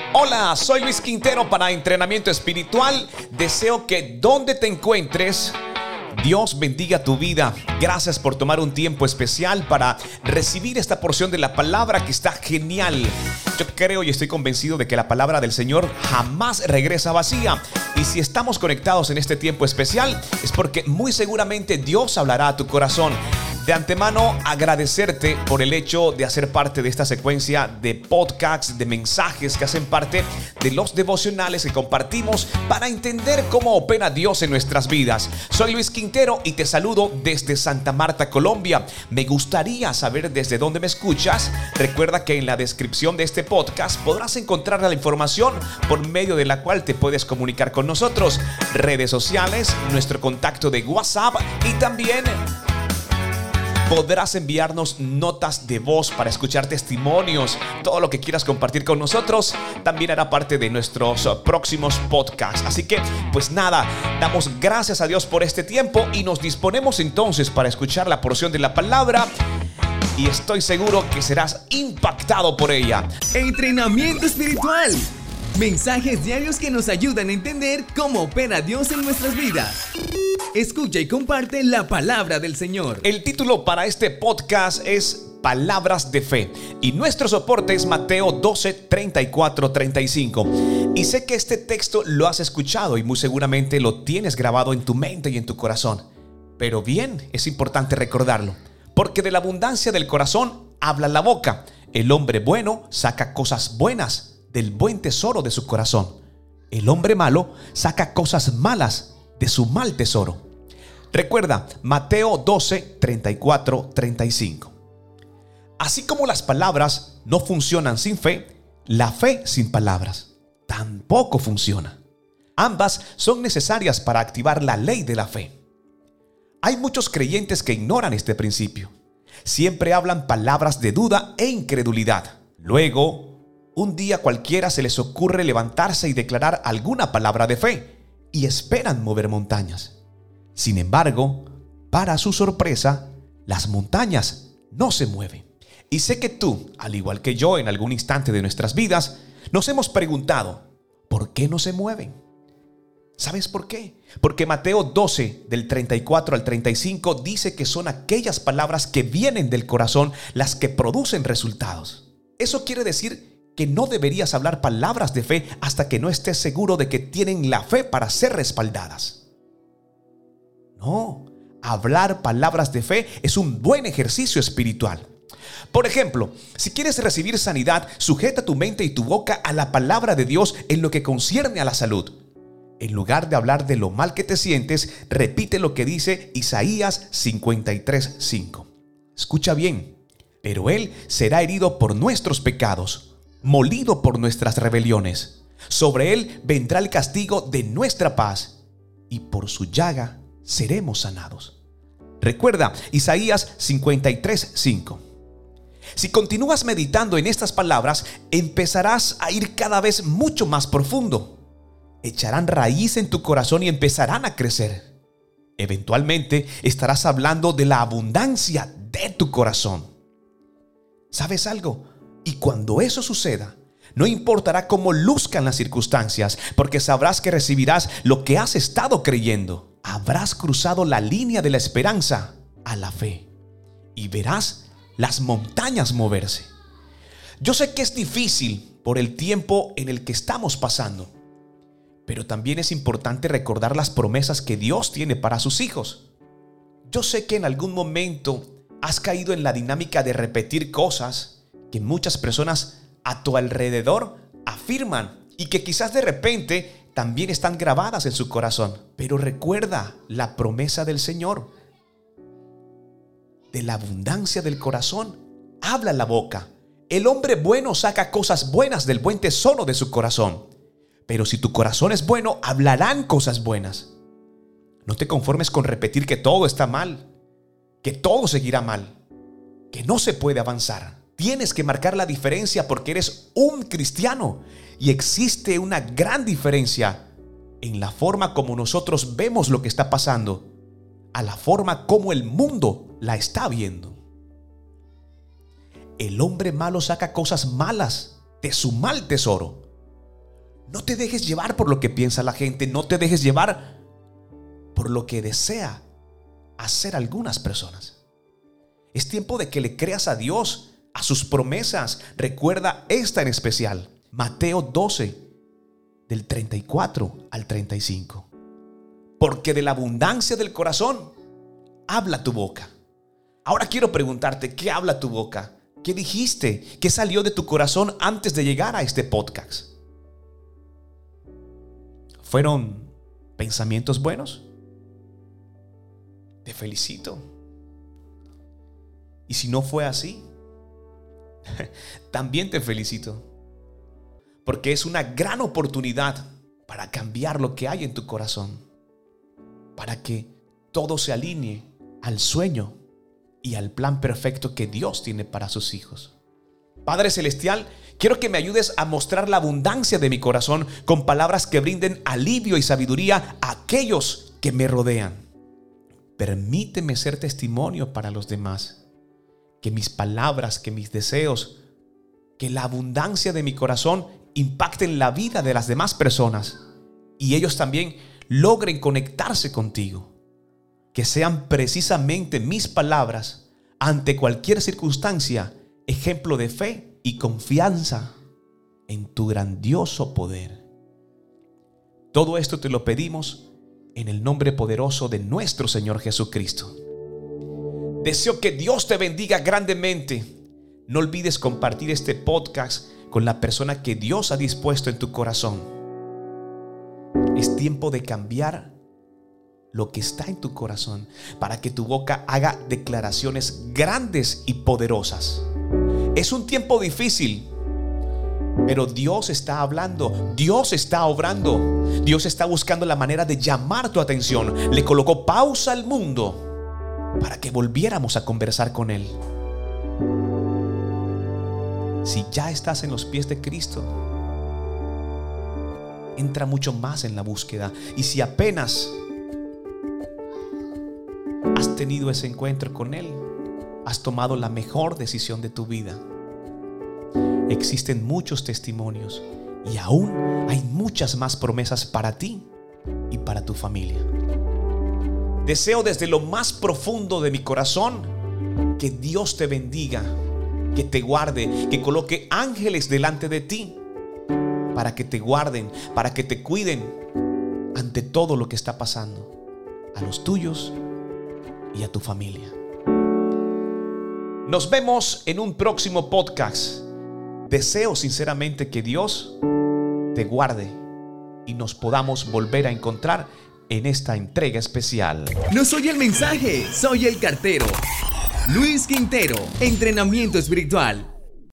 Hola, soy Luis Quintero para Entrenamiento Espiritual. Deseo que donde te encuentres, Dios bendiga tu vida. Gracias por tomar un tiempo especial para recibir esta porción de la palabra que está genial. Yo creo y estoy convencido de que la palabra del Señor jamás regresa vacía. Y si estamos conectados en este tiempo especial, es porque muy seguramente Dios hablará a tu corazón. De antemano, agradecerte por el hecho de hacer parte de esta secuencia de podcasts, de mensajes que hacen parte de los devocionales que compartimos para entender cómo opera Dios en nuestras vidas. Soy Luis Quintero y te saludo desde Santa Marta, Colombia. Me gustaría saber desde dónde me escuchas. Recuerda que en la descripción de este podcast podrás encontrar la información por medio de la cual te puedes comunicar con nosotros. Redes sociales, nuestro contacto de WhatsApp y también podrás enviarnos notas de voz para escuchar testimonios. Todo lo que quieras compartir con nosotros también hará parte de nuestros próximos podcasts. Así que, pues nada, damos gracias a Dios por este tiempo y nos disponemos entonces para escuchar la porción de la palabra. Y estoy seguro que serás impactado por ella. Entrenamiento espiritual. Mensajes diarios que nos ayudan a entender cómo opera Dios en nuestras vidas. Escucha y comparte la palabra del Señor. El título para este podcast es Palabras de Fe y nuestro soporte es Mateo 12, 34, 35. Y sé que este texto lo has escuchado y muy seguramente lo tienes grabado en tu mente y en tu corazón. Pero bien, es importante recordarlo, porque de la abundancia del corazón habla la boca. El hombre bueno saca cosas buenas del buen tesoro de su corazón. El hombre malo saca cosas malas de su mal tesoro. Recuerda, Mateo 12, 34, 35. Así como las palabras no funcionan sin fe, la fe sin palabras tampoco funciona. Ambas son necesarias para activar la ley de la fe. Hay muchos creyentes que ignoran este principio. Siempre hablan palabras de duda e incredulidad. Luego, un día cualquiera se les ocurre levantarse y declarar alguna palabra de fe y esperan mover montañas. Sin embargo, para su sorpresa, las montañas no se mueven. Y sé que tú, al igual que yo en algún instante de nuestras vidas, nos hemos preguntado, ¿por qué no se mueven? ¿Sabes por qué? Porque Mateo 12, del 34 al 35, dice que son aquellas palabras que vienen del corazón las que producen resultados. Eso quiere decir que no deberías hablar palabras de fe hasta que no estés seguro de que tienen la fe para ser respaldadas. No, hablar palabras de fe es un buen ejercicio espiritual. Por ejemplo, si quieres recibir sanidad, sujeta tu mente y tu boca a la palabra de Dios en lo que concierne a la salud. En lugar de hablar de lo mal que te sientes, repite lo que dice Isaías 53:5. Escucha bien. Pero Él será herido por nuestros pecados, molido por nuestras rebeliones. Sobre Él vendrá el castigo de nuestra paz, y por su llaga seremos sanados. Recuerda Isaías 53:5. Si continúas meditando en estas palabras, empezarás a ir cada vez mucho más profundo. Echarán raíz en tu corazón y empezarán a crecer. Eventualmente estarás hablando de la abundancia de tu corazón. ¿Sabes algo? Y cuando eso suceda, no importará cómo luzcan las circunstancias, porque sabrás que recibirás lo que has estado creyendo. Habrás cruzado la línea de la esperanza a la fe y verás las montañas moverse. Yo sé que es difícil por el tiempo en el que estamos pasando, pero también es importante recordar las promesas que Dios tiene para sus hijos. Yo sé que en algún momento has caído en la dinámica de repetir cosas que muchas personas a tu alrededor afirman y que quizás de repente también están grabadas en su corazón. Pero recuerda la promesa del Señor. De la abundancia del corazón habla la boca. El hombre bueno saca cosas buenas del buen tesoro de su corazón. Pero si tu corazón es bueno, hablarán cosas buenas. No te conformes con repetir que todo está mal, que todo seguirá mal, que no se puede avanzar. Tienes que marcar la diferencia porque eres un cristiano y existe una gran diferencia en la forma como nosotros vemos lo que está pasando a la forma como el mundo la está viendo. El hombre malo saca cosas malas de su mal tesoro. No te dejes llevar por lo que piensa la gente. No te dejes llevar por lo que desea hacer algunas personas. Es tiempo de que le creas a Dios, a sus promesas. Recuerda esta en especial. Mateo 12, del 34 al 35. Porque de la abundancia del corazón habla tu boca. Ahora quiero preguntarte, ¿qué habla tu boca? ¿Qué dijiste? ¿Qué salió de tu corazón antes de llegar a este podcast? ¿Fueron pensamientos buenos? Te felicito. Y si no fue así, también te felicito. Porque es una gran oportunidad para cambiar lo que hay en tu corazón. Para que todo se alinee al sueño y al plan perfecto que Dios tiene para sus hijos. Padre Celestial, quiero que me ayudes a mostrar la abundancia de mi corazón con palabras que brinden alivio y sabiduría a aquellos que me rodean. Permíteme ser testimonio para los demás. Que mis palabras, que mis deseos, que la abundancia de mi corazón impacten la vida de las demás personas y ellos también logren conectarse contigo. Que sean precisamente mis palabras ante cualquier circunstancia ejemplo de fe y confianza en tu grandioso poder. Todo esto te lo pedimos en el nombre poderoso de nuestro Señor Jesucristo. Deseo que Dios te bendiga grandemente. No olvides compartir este podcast con la persona que Dios ha dispuesto en tu corazón. Es tiempo de cambiar lo que está en tu corazón para que tu boca haga declaraciones grandes y poderosas. Es un tiempo difícil, pero Dios está hablando, Dios está obrando, Dios está buscando la manera de llamar tu atención. Le colocó pausa al mundo para que volviéramos a conversar con Él. Si ya estás en los pies de Cristo, entra mucho más en la búsqueda. Y si apenas has tenido ese encuentro con Él, has tomado la mejor decisión de tu vida. Existen muchos testimonios y aún hay muchas más promesas para ti y para tu familia. Deseo desde lo más profundo de mi corazón que Dios te bendiga, que te guarde, que coloque ángeles delante de ti para que te guarden, para que te cuiden ante todo lo que está pasando, a los tuyos y a tu familia. Nos vemos en un próximo podcast. Deseo sinceramente que Dios te guarde y nos podamos volver a encontrar en esta entrega especial. No soy el mensaje, soy el cartero. Luis Quintero, entrenamiento espiritual.